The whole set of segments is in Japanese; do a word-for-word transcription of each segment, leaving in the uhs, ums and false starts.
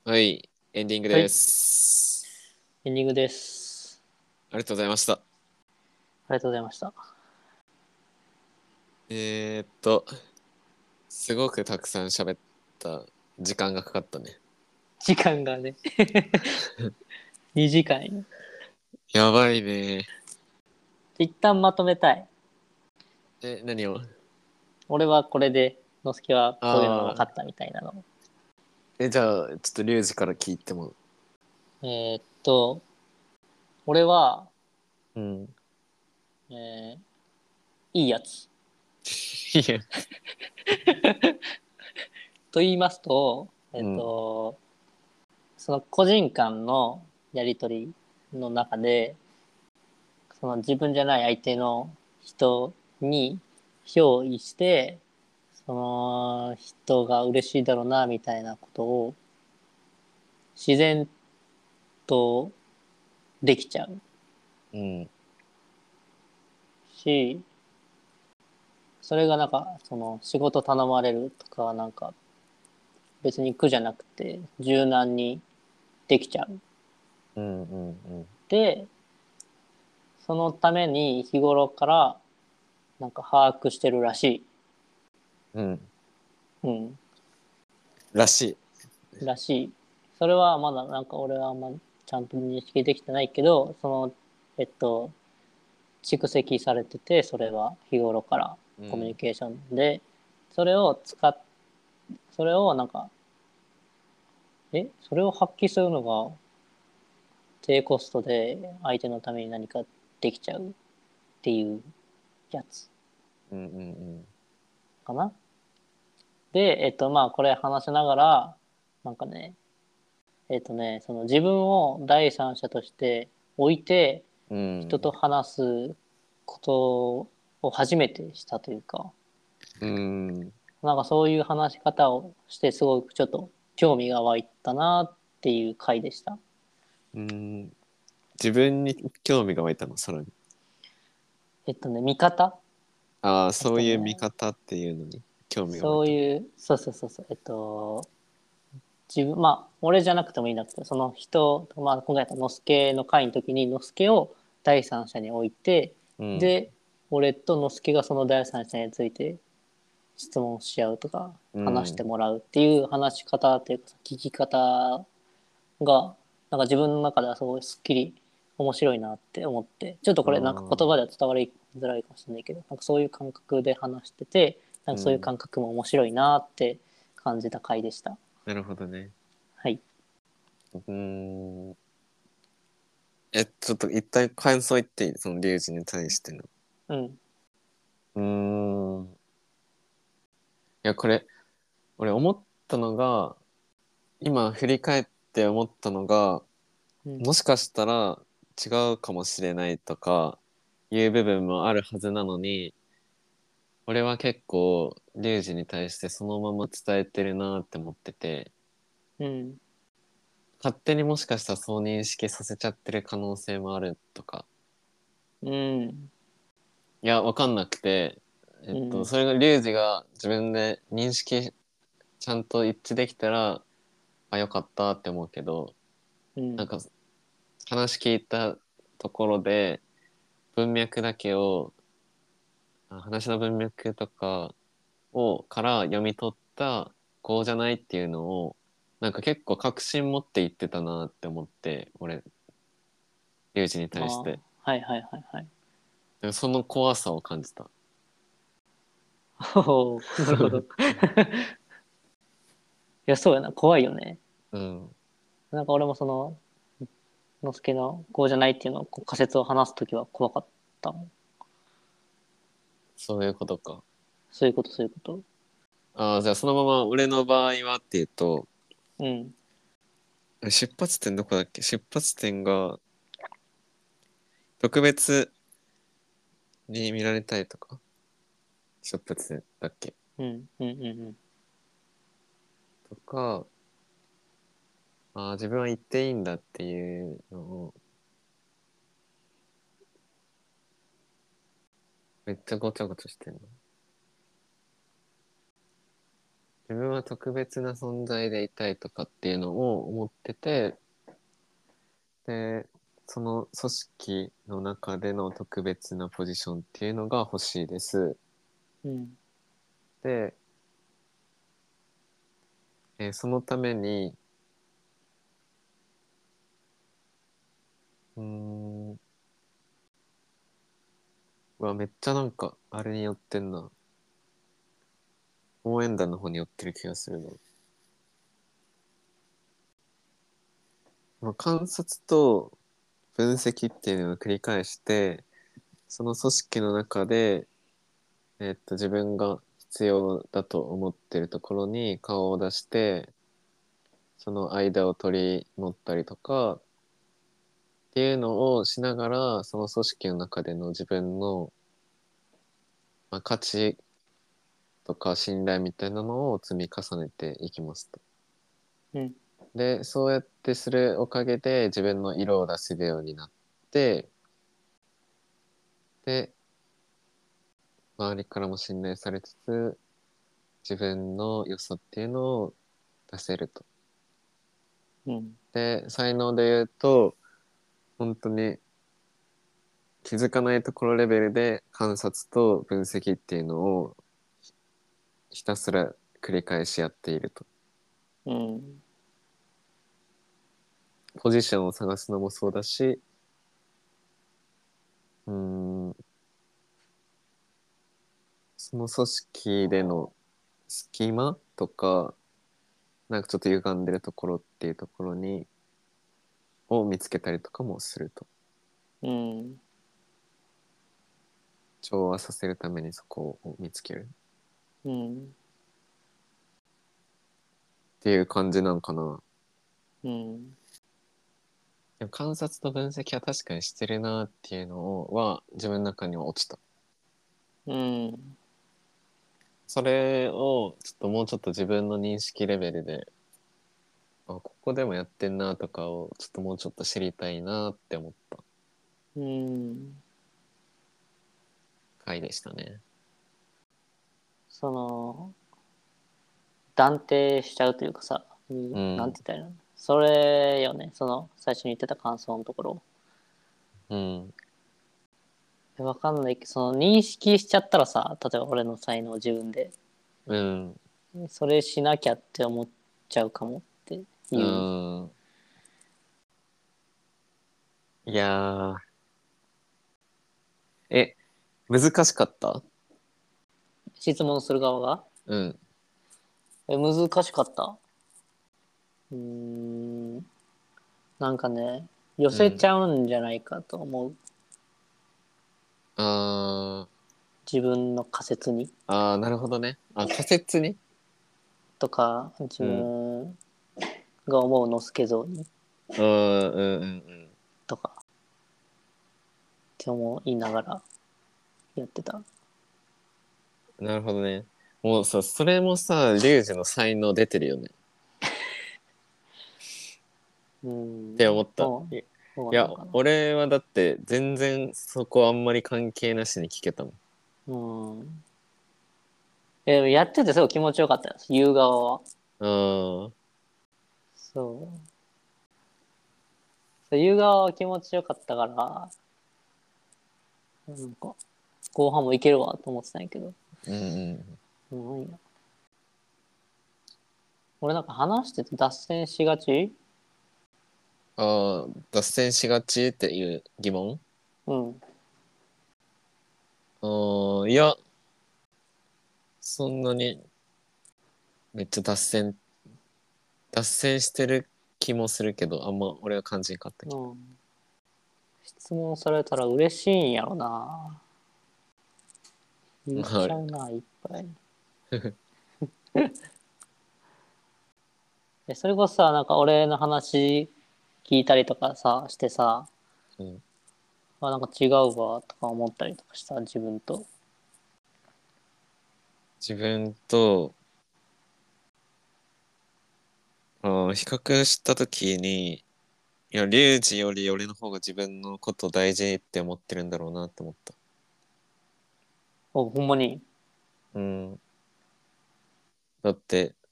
はい、エンディングはい、 です。 エンディングです。 ありがとうございました。 ありがとうございました。 えーっと、すごくたくさん喋った時間がかかったね。 時間がね、にじかん。 やばいね。 一旦まとめたい。 え、何を俺はこれで、のすけはこういうのが分かああったみたいなの。 ー、え、じゃあ、ちょっとリュウジから聞いても。 えーっと、俺は、 うん。 えーいいやつ。 いや、 と言いますと、えーっうん。 と、その個人間のやりとりの中で、その自分じゃない相手の人に憑依して、その人が嬉しいだろうなみたいなことを自然とできちゃううん。 し、それがなんかその仕事頼まれるとかなんか別に苦じゃなくて柔軟にできちゃう。 うん。うん。うん。 で、そのために日頃からなんか把握してるらしい。 うん。 うん。 らしらしい。それはまだなんか俺はあんまちゃんと認識できてないけど、その、えっと、蓄積されてて、それは日頃からい。うん。 コミュニケーションで、それを使っ、それをなんか、え、それを発揮するのが低コストで相手のために何かできちゃうっていうやつうん。うん。うん。 かな。で、えっと、まあ、これ話しながら、なんかね、えっとね、その自分を第三者として置いて、 うん。 人と話すことを初めてしたというか、 うん。 なんかそういう話し方をしてすごくちょっと興味が湧いたなっていう回でした。 うん。自分に興味が湧いたの、さらに。 えっとね、見方。 ああ、 えっそういう見とね、 方っていうのに興味が湧いた。 そういう、そうそうそうそう、えっと、自分、まあ、俺じゃなくてもいいんだけど、その人、まあ、今回やったのすけの回の時に、のすけを第三者に置いて、 うん。 で、俺とのすけがその第三者について質問し合うとかうん。 話してもらうっていう話し方っていうか聞き方がなんか自分の中ではすごいすっきり面白いなって思って、ちょっとあこれなんか言葉であ、 は伝わりづらいかもしれないけど、なんかそういう感覚で話してて、なんかそういううん。 感覚も面白いなって感じた回でした。 なるほどね。 はい。 うーん。え、ちょっと一体感想言っていいそのリュウジに対しての。 うん。 うーん。いや、これ、俺思ったのが、今振り返って思ったのが、 うん。 もしかしたら違うかもしれないとかいう部分もあるはずなのに、俺は結構リュウジに対してそのまま伝えてるなって思ってて、 うん。 勝手にもしかしたらそう認識させちゃってる可能性もあるとか。 うん。 いや、わかんなくて、えっと、 うん。 それがリュウジが自分で認識ちゃんと一致できたら、あ、よかったって思うけど、 うん。 なんか話聞いたところで文脈だけを、あ話の文脈とかをから読み取ったこうじゃないっていうのを、なんか結構確信持って言ってたなって思って、俺、リュウジにああ、 対して。 はいはいはいはい。 でその怖さを感じた。 おお、なるほど。いや、そうやな。怖いよね。 うん、 なんか俺もその、のすけのこうじゃないっていうのをこう仮説を話すときは怖かったもん。 そういうことか。 そういうこと、そういうこと。 ああ、じゃあそのまま俺の場合はっていうと、 うん。 出発点どこだっけ出発点が特別に見られたいとか出発点だっけうん。うん。うん。うん。 とか、ああ、自分は言っていいんだっていうのを、めっちゃごちゃごちゃしてるの。 自分は特別な存在でいたいとかっていうのを思ってて、で、その組織の中での特別なポジションっていうのが欲しいです。 うんで、えーそのために、うーん、うわ、めっちゃなんか、あれによってんな。応援団の方に寄ってる気がするな。まあ観察と分析っていうのを繰り返して、その組織の中で、えっと、自分が必要だと思ってるところに顔を出して、その間を取り持ったりとかっていうのをしながら、その組織の中での自分の、まあ、価値とか信頼みたいなのを積み重ねていきますと。 うんで、そうやってするおかげで自分の色を出せるようになって、で、周りからも信頼されつつ、自分の良さっていうのを出せると。 うんで、才能で言うと、本当に気づかないところレベルで観察と分析っていうのをひたすら繰り返しやっていると。 うんポジションを探すのもそうだし、うーん、その組織での隙間とか、なんかちょっと歪んでるところっていうところに、を見つけたりとかもすると。 うん調和させるためにそこを見つけるうんっていう感じなんかな。 うんでも観察と分析は確かにしてるなっていうのは自分の中には落ちた。 うんそれをちょっともうちょっと自分の認識レベルで、あ、ここでもやってんなとかをちょっともうちょっと知りたいなって思ったうん回でしたね。 その断定しちゃうというかさ、うん、 うん。 なんて言ったらいいの、それよね、その最初に言ってた感想のところ。 うん。 わかんないけど、その認識しちゃったらさ、例えば俺の才能を自分で、 うん。 それしなきゃって思っちゃうかもってういう。 ん。いやー、え、難しかった？ 質問する側がうん。 え難しかった。うーん、なんかね、寄うん。 せちゃうんじゃないかと思う。 あー、 自分の仮説にあー、なるほどね。あ、仮説に。 とか、自うん。 分が思うのすけ像にうん、うん、うん、 とかって思いながらやってた。 うん。なるほどね。もうさ、それもさ、リュウジの才能出てるよね。 うってん。 思った。 そう、 いいや、 そうなのかな。 俺はだって全然そこあんまり関係なしに聞けたもん。 うん。え、やっててすごい気持ちよかったです。言う側は。 ああ、 そう。そう言う側は気持ちよかったから、なんか、後半もいけるわと思ってたんやけど。 うんうん。 なんや。俺なんか話してて脱線しがち。 ああ、脱線しがちっていう疑問。 うん。 ああ、いや、そんなにめっちゃ脱線、脱線してる気もするけど、あんま俺は感じんかったけうん。質問されたら嬉しいんやろな。言ど。 っまあ、 ちゃうな、いっぱい。でそれこそさ、なんか俺の話聞いたりとかさ、してさ、 うん、 あ、なんか違うわとか思ったりとかした、自分と。 自分と、あー比較したときに、いや、リュウジより俺の方が自分のこと大事って思ってるんだろうなって思った。 お、ほんまに。 うん。だって、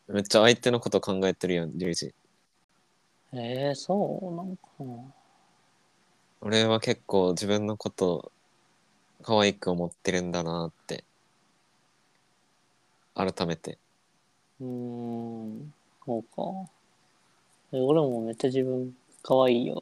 めっちゃ相手のこと考えてるやん、リュウジ。 えー、そうなんかな。 俺は結構自分のこと可愛く思ってるんだなって改めて。 うーん、そうか。え俺もめっちゃ自分可愛いよ。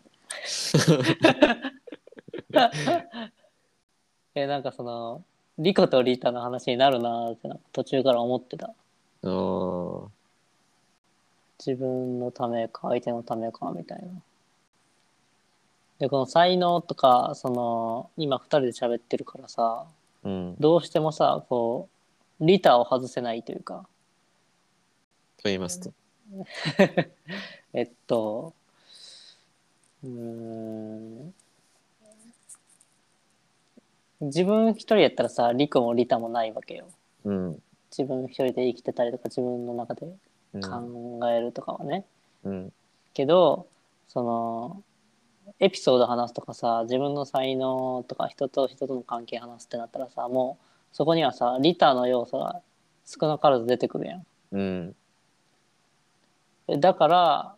え、なんかその、リコとリタの話になるなーってなんか途中から思ってた。 あー自分のためか相手のためかみたいな。で、この才能とか、その、今二人で喋ってるからさ、 うん。 どうしてもさ、こう、リタを外せないというか、 と言いますと。 えっと、うーん、自分一人やったらさ、リコもリタもないわけよ。 うん。 自分一人で生きてたりとか、自分の中でうん。 考えるとかはね。 うん。 けど、その、エピソード話すとかさ、自分の才能とか人と人との関係話すってなったらさ、もうそこにはさ、リタの要素が少なからず出てくるやん。 うん。 だから、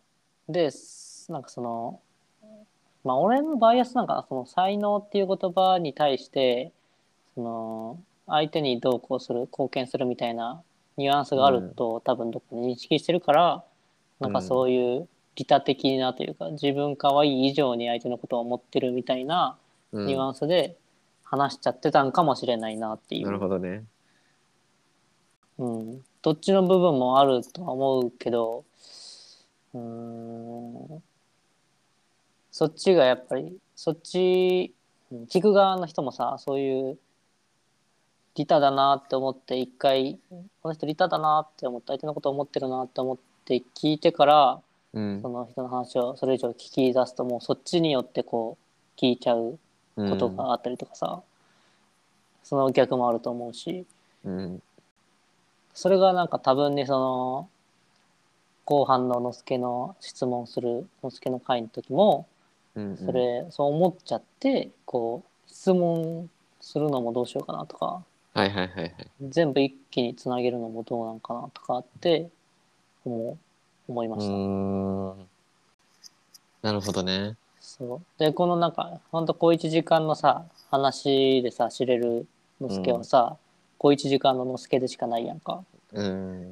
で、なんかその、まあ俺のバイアスなんかその才能っていう言葉に対して、その、相手にどうこうする、貢献するみたいなニュアンスがあるうん。 と多分どっか認識してるから、なんかそういう利他的なというか、自分可愛い以上に相手のことを思ってるみたいなニュうん。 アンスで話しちゃってたんかもしれないなっていなるう。 ほどね。 うん。どっちの部分もあるとは思うけど、うーん。そっちがやっぱり、そっち、聞く側の人もさ、そういう利他だなって思って一回、この人利他だなって思って、相手のことを思ってるなって思って聞いてから、 うん。 その人の話をそれ以上聞き出すともうそっちによってこう聞いちゃうことうん。 があったりとかさ、その逆もあると思うし、 うん。 それがなんか多分にその後半ののすけの質問するのすけの回の時も、 うん。 それそう思っちゃってこう質問するのもどうしようかなとか、 はいはいはいはい。 全部一気につなげるのもどうなんかなとかって思う思いまうした。 ーん。なるほどね。 そうでこのなんかほんと小一時間のさ話でさ知れるのすけはうん。 さ、小一時間ののすけでしかないやんか。 うん。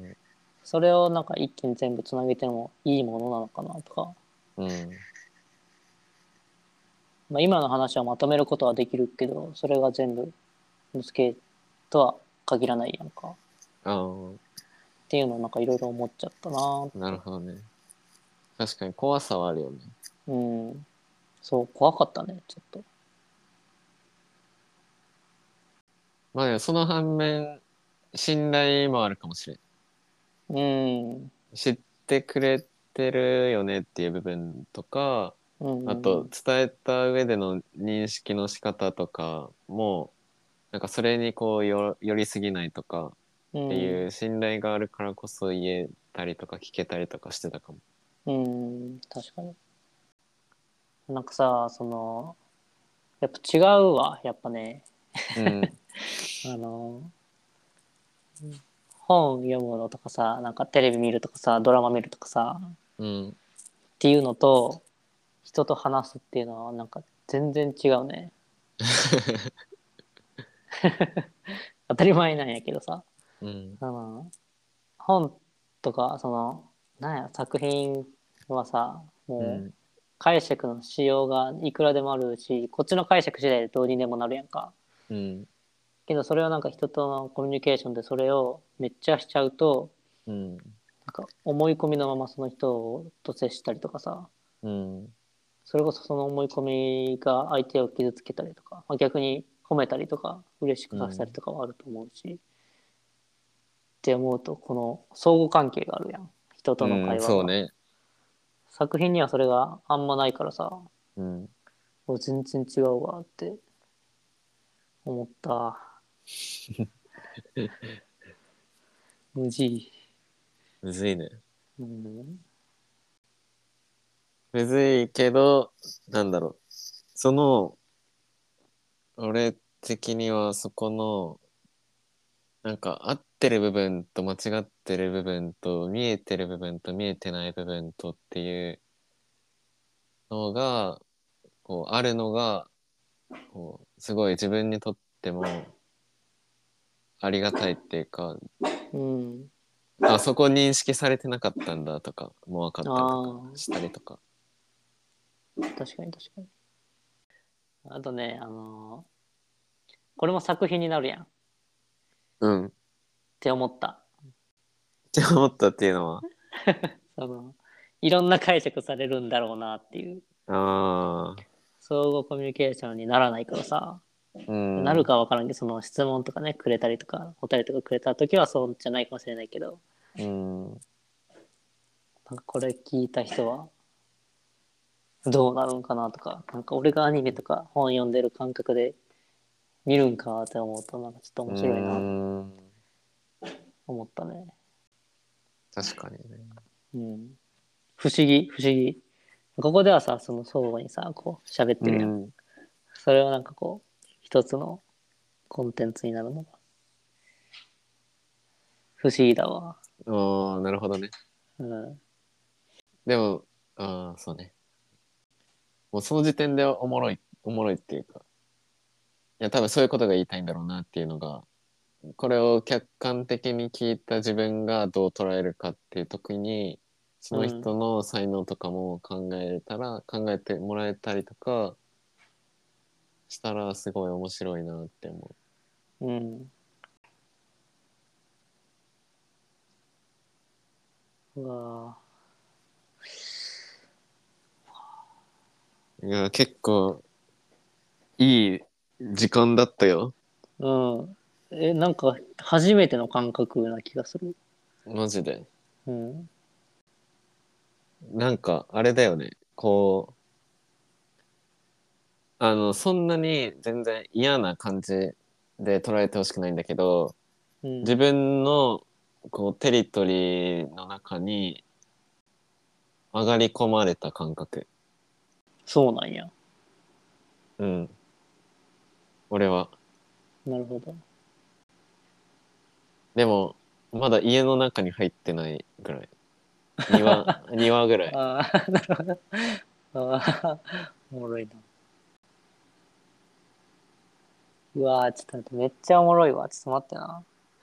それをなんか一気に全部つなげてもいいものなのかなとか、 うん。 まあ、今の話はまとめることはできるけどそれが全部のすけとは限らないやんかっああ、 ていうのをなんかいろいろ思っちゃったなっなるて。 ほどね。確かに怖さはあるよね。 うんそう怖かったねちょっと。 まあでもその反面、信頼もあるかもしれん。 うん知ってくれてるよねっていう部分とか、 うんあと伝えた上での認識の仕方とかも、なんかそれにこうよ寄りすぎないとかってうんいう信頼があるからこそ言えたりとか聞けたりとかしてたかも。 うん確かに。なんかさそのやっぱ違うわやっぱね。 うん。 あの本読むのとかさなんかテレビ見るとかさドラマ見るとかさっうん。 ていうのと人と話すっていうのはなんか全然違うね。当たり前なんやけどさ、 うん。 あの本とかそのなんや作品はさもううん。 解釈のしようがいくらでもあるしこっちの解釈次第でどうにでもなるやんか。 うん。 けどそれをなんか人とのコミュニケーションでそれをめっちゃしちゃうとうん。 なんか思い込みのままその人と接したりとかさ、 うん。 それこそその思い込みが相手を傷つけたりとか、まあ、逆に褒めたりとか嬉しくさせたりとかはあると思うし、って思うとこの相互関係があるやん人とのうん。 会話が。 そうね。 作品にはそれがあんまないからさ、 うん。 お全然違うわって思った。無事。 むずいね。 うん。 むずいけど、なんだろう。その、俺的にはそこの、 なんか合ってる部分と間違ってる部分と見えてる部分と見えてない部分とっていうのがこうあるのがこうすごい自分にとってもありがたいっていうか、 うん。 あそこ認識されてなかったんだとかも分かったりとかあしたりとか。 あ、確かに確かに。あとね、あのーこれも作品になるやんっうんって思った。 て思ったっていうのはその、いろんな解釈されるんだろうなっていう。 ああ相互コミュニケーションにならないからさ。 うなるんかわからんけど、その質問とかね、くれたりとか、お便りとかくれた時はそうじゃないかもしれないけど、 うんなんかこれ聞いた人はどうなるんかなとか、なんか俺がアニメとか本読んでる感覚で見るんかって思うと、なんかちょっとう面白いなとん思ったね。 確かにね。 うん。不思議、不思議。ここではさ、その相互にさ、こう喋ってるやん。 うんそれをなんかこう、一つのコンテンツになるのが不思議だわ。 ああなるほどね。 うん。 でもああそうね、もうその時点でおもろいおもろいっていうか、いや多分そういうことが言いたいんだろうなっていうのが、これを客観的に聞いた自分がどう捉えるかっていう時に、そのうん。 人の才能とかも考えたら考えてもらえたりとかしたらすごい面白いなって思うん。うわう。いや結構いい時間だったよ。 うん。え、なんか初めての感覚な気がする。 マジで。 うん。 なんかあれだよね、こうあのそんなに全然嫌な感じで捉えてほしくないんだけど、自うん。 分のこうテリトリーの中に上がり込まれた感覚。 そうなんや。 うん、俺は。 なるほど。 でもまだ家の中に入ってないぐらい。庭庭ぐらい。 ああ、なるほど。ああ、おもろいな。うわー、ちょっと待って、めっちゃおもろいわ。ちょっと待ってな。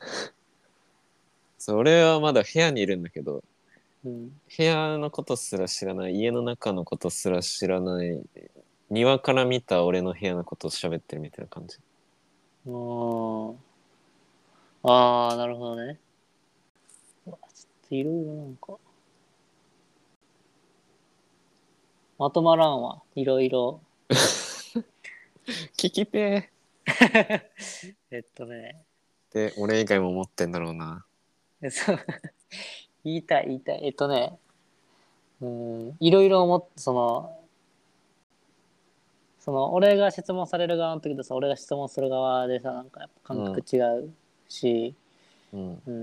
そう俺はまだ部屋にいるんだけど、 うん。 部屋のことすら知らない、家の中のことすら知らない、庭から見た俺の部屋のことを喋ってるみたいな感じ。 あーあー、なるほどね。うわ、ちょっといろいろなんか、まとまらんわ。いろいろ。 聞きてえっとね、 ーって俺以外も思ってんだろうな。 えそう、言いたい、言いたい。えっとね、うん、いろいろ思って、その、その、俺が質問される側の時とさ、俺が質問する側でさ、なんかやっぱ感覚うん違うし、 うんうん、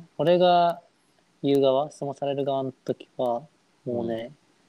俺が言う側、質問される側の時は、もううんね、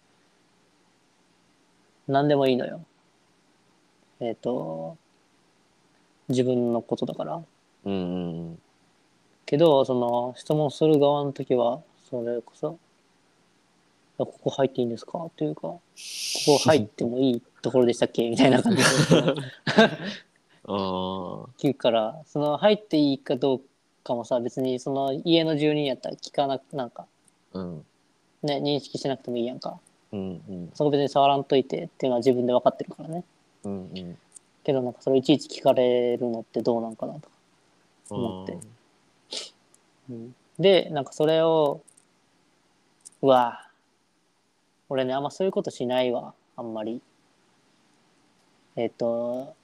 何でもいいのよ。えっと、自分のことだから。 うんうんけど、その、質問する側の時は、それこそ、ここ入っていいんですかというか、ここ入ってもいいところでしたっけみたいな感じで、その、 ああ聞くから、その、入っていいかどうかもさ、別にその家の住人やったら聞かなく、なんか、 うんね、認識しなくてもいいやんか。 うんうんそこ別に触らんといてっていうのは自分で分かってるからね。 うんうんけどなんかそれいちいち聞かれるのってどうなんかなとかあ思って。 ーうん、で、なんかそれを、うわ、俺ね、あんまそういうことしないわ。あんまり。えっ、と、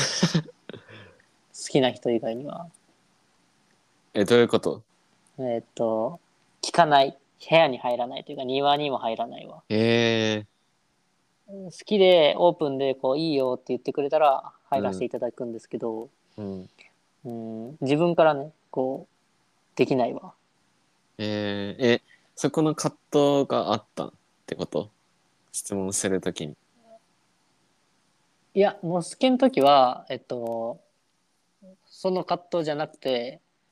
好きな人以外には。 えどういうこと？ えっ、と、聞かない。部屋に入らないというか、庭にも入らないわ。 ええ好きでオープンでこういいよって言ってくれたら入らせてうんいただくんですけど、 うんうん、自分からね、こう、できないわ。 えー、えそこの葛藤があったってこと？質問するときに。 いや、モスケの時は、えっと、その葛藤じゃなくて、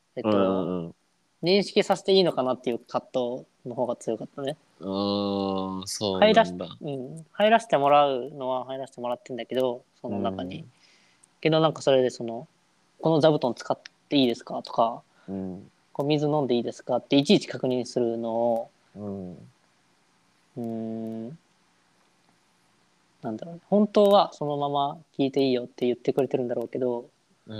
えっうんと、 うんうん。 認識させていいのかなっていう葛藤の方が強かったね。 ああ、そう入らし、 なんだ。 うん、入らせてもらうのは入らせてもらってんだけど、そうの中に。 ん。 けどなんかそれでその、この座布団使っていいですかとか、 うん。 こう水飲んでいいですかっていちいち確認するのを、 うん。 うーん、なんだろうね。本当はそのまま聞いていいよって言ってくれてるんだろうけど、 うん。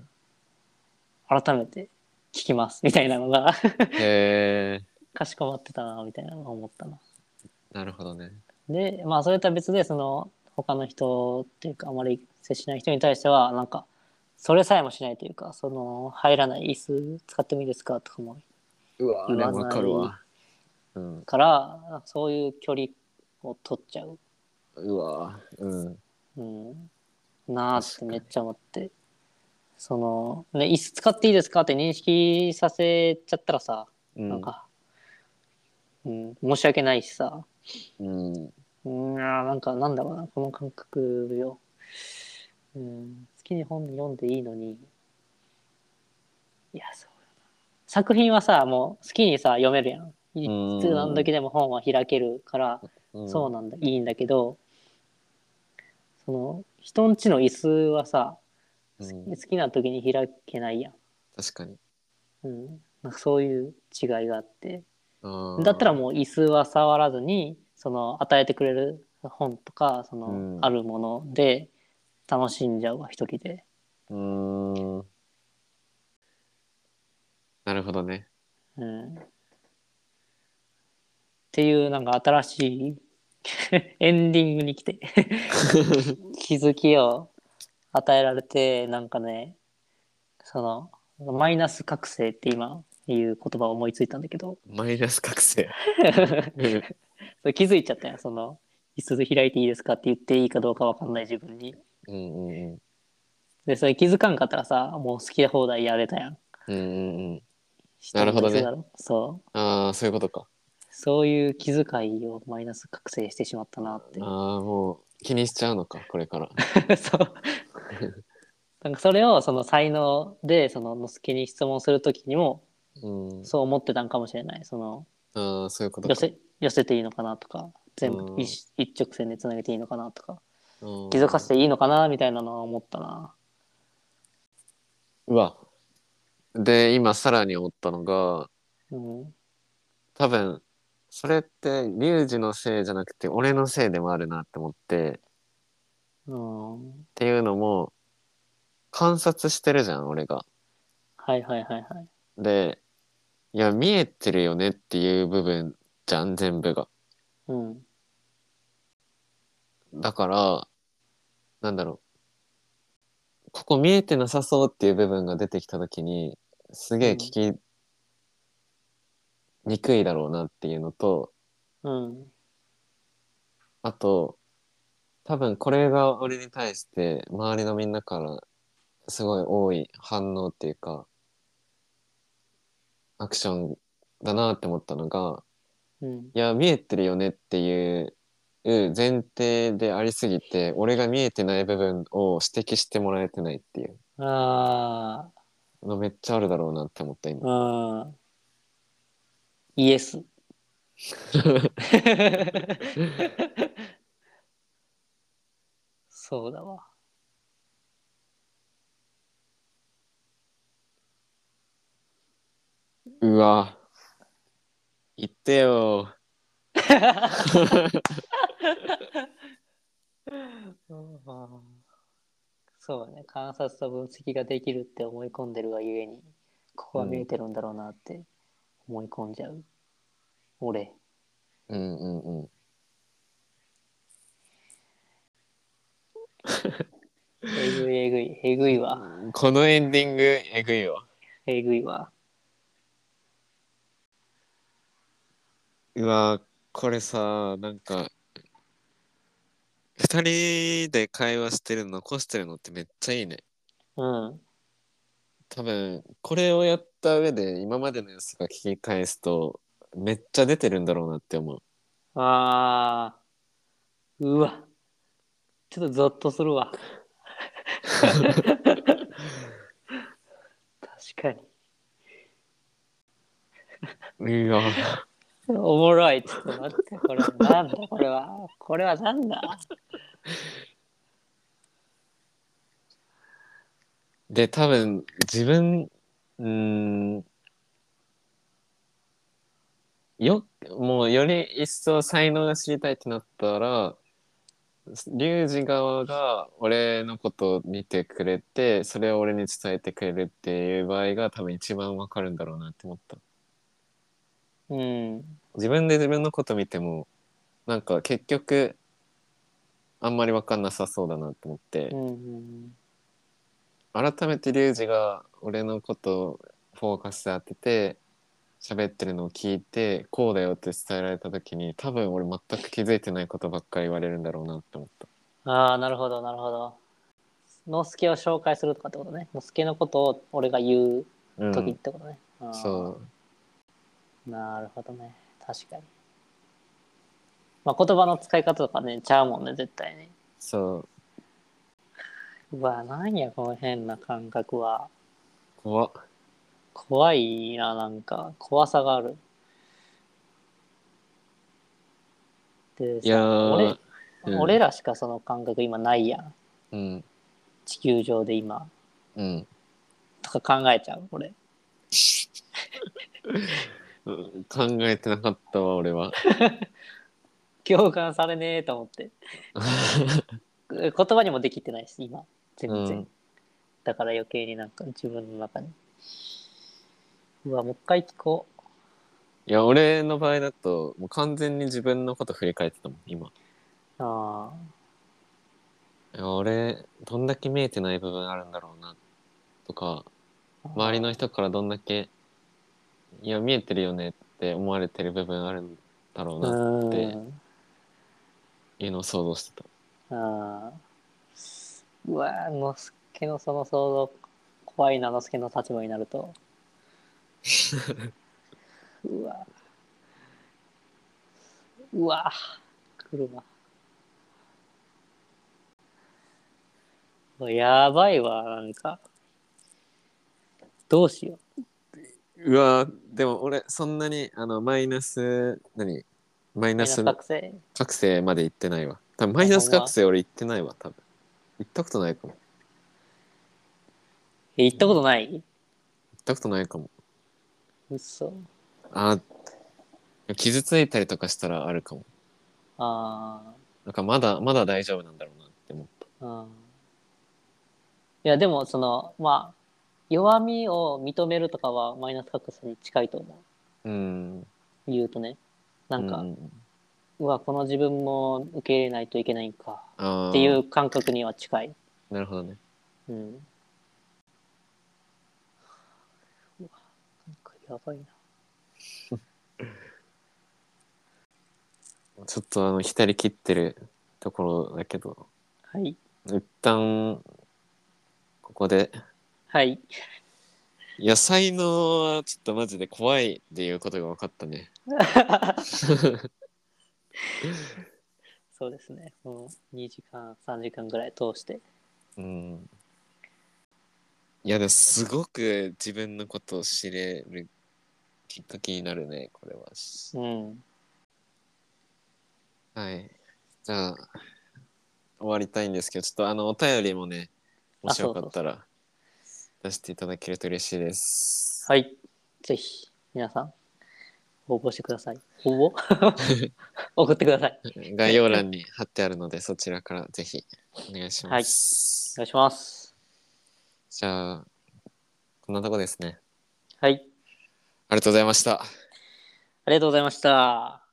改めて聞きますみたいなのがへえ、 かしこまってたなみたいなのを思ったな。 なるほどね。 で、まあそれとは別でその他の人っていうかあまり接しない人に対してはなんかそれさえもしないというか、その入らない椅子使ってもいいですかとかもうわ、 言でもわわないかるわ。うん。 からそういう距離を取っちゃう、 うわ、うん。 うん、なあって確かに。 めっちゃ思って、そのね椅子使っていいですかって認識させちゃったらさ、 うん。 なんか、うん、申し訳ないしさ、 うん。 うん、なんかなんだろうなこの感覚よ、うん、好きに本読んでいいのに、いやそう作品はさもう好きにさ読めるやん、 ういつ何ん。 時でも本は開けるからうん。 そうなんだいいんだけど、その人んちの椅子はさうん。 好きな時に開けないやん、 確かに。 うん、なんかそういう違いがあって、 あだったらあ。 もう椅子は触らずにその与えてくれる本とかそのあうん。 るもので楽しんじゃうわ一人で、 うーん。なるほどね。 うん、っていうなんか新しいエンディングに来て気づきを与えられて、なんかねそのマイナス覚醒って今いう言葉を思いついたんだけどマイナス覚醒。うん。 それ気づいちゃったよ、その椅子開いていいですかって言っていいかどうかわかんない自分に。 うんうんでそれ気づかんかったらさもう好き放題やれたやん、 うん。うんうん。な人るほどね。 の椅子だろ、そうああ、そういうことか。 そういう気遣いをマイナス覚醒してしまったなってああ、もう気にしちゃうのか、これから。 そうなんかそれをその才能でそののすけに質問するときにもうん。 そう思ってたんかもしれない、そのああ、そういうことか。 寄せ寄せていいのかなとかう全部ん。 一一直線でつなげていいのかなとかう気づかせん。 ていいのかなみたいなのは思ったな。 うわ。で、今さらに思ったのが、 うん。 多分、それってリュウジのせいじゃなくて俺のせいでもあるなって思って、っうん。 ていうのも観察してるじゃん、俺が。 はいはいはいはい。 で、いや、見えてるよねっていう部分じゃん、全部が。 うん。 だから、なんだろう、ここ見えてなさそうっていう部分が出てきた時に、すげえ聞うん。 きにくいだろうなっていうのと、 うん。 あと、多分これが俺に対して周りのみんなからすごい多い反応っていうか、アクションだなって思ったのが、 うん。 いや、見えてるよねっていう前提でありすぎて、俺が見えてない部分を指摘してもらえてないっていうあのめっちゃあるだろうなって思った今。 あ、うん。イエス。そうだわ。 うわ、言ってよ。 うんそうね。観察と分析ができるって思い込んでるがゆえに、ここは見えうん、 てるんだろうなって思い込んじゃう。俺。 うんうんうん。 えぐいえぐい。えぐいわ。 このエンディングえぐいわ。 えぐいわ。 うわ、これさ、なんか、二人で会話してるの残してるのってめっちゃいいね。 うん。 多分、これをやった上で今までのやつが聞き返すと、めっちゃ出てるんだろうなって思う。 あー、うわ。ちょっとゾッとするわ。確かに。 うわ。 おもろい。ちょっと待って、これなんだこれは。これはなんだ。 で、多分、自分、うーん、よ、もうより一層才能が知りたいってなったら、リュウジ側が俺のことを見てくれて、それを俺に伝えてくれるっていう場合が多分一番わかるんだろうなって思った。 うん。 自分で自分のこと見ても、なんか結局、あんまりわかんなさそうだなって思って、 うん。 改めてリュウジが俺のことをフォーカスで当てて、喋ってるのを聞いて、こうだよって伝えられた時に、多分俺全く気づいてないことばっかり言われるんだろうなって思った。 ああ、なるほど、なるほど。ノスケを紹介するとかってことね。ノスケのことを俺が言う時っうん、 てことね。あそう。 あ、なるほどね。確かに。まあ言葉の使い方とかね、ちゃうもんね、絶対に。 そう。 うわ、なんや、この変な感覚は。 怖っ。 怖いな、なんか、怖さがある。でいやさ、 ー、 俺、 うん、 俺らしかその感覚今ないやん。 うん、 地球上で今。 うん。 とか考えちゃう、俺。 うん考えてなかったわ、俺は。 共感されねえと思って。言葉にもできてないし、今。全然。 うん。 だから余計になんか自分の中に。うわ、もう一回聞こいや、俺の場合だと、もう完全に自分のこと振り返ってたもん、今。 う。あいや、俺、どんだけ見えてない部分あるんだろうな、とか、 あ。 周りのあ人からどんだけ、いや、見えてるよねって思われてる部分あるんだろうあ。うなってーん。 いうのを想像してた。 ああ。うわ、のすけのその想像、怖いな、のすけの立場になると。うわ、うわ、来るわ。やばいわ、なんか。どうしようわーでも俺、そんなに、あの、マイナス、何マイう。マイナスナス覚醒。 覚醒まで行ってないわ。多分マあ、 イナスほんま。 覚醒俺行ってないわ、多分。行ったことないかも。 え、行ったことない？ 行ったことないかも。 嘘。 あー、傷ついたりとかしたらあるかも。 あなんかまだ、まだ大丈夫なんだろうなって思った。 あ。うん。いや、でも、その、まあ、弱みを認めるとかはマイナス覚醒に近いと思うん。 う。言うとね。なうんか、 ん。 うわ、この自分も受け入れないといけないんか。っていあう感覚には近い。 あ、なるほどね。 うん。うわ、なんかやばいな。 ちょっとあの、浸りきってるところだけど、 はい。 一旦、ここで、 はい。 野菜のはちょっとマジで怖いっていうことが分かったね。 そうですね。もうにじかん、さんじかんぐらい通して。 うん。いや、でもすごく自分のことを知れるきっかけになるね、これは。 うん。 はい。じゃあ、終わりたいんですけど、ちょっとあの、お便りもね、もあ、 しよそうそうそう。 かったら出していただけると嬉しいです。 はい。ぜひ、皆さん、応募してください。応募送ってください。 概要欄に貼ってあるので、そちらからぜひお願いしまはい。おす。 願いします。 じゃあ、こんなとこですね。 はい。 ありがとうございました。 ありがとうございました。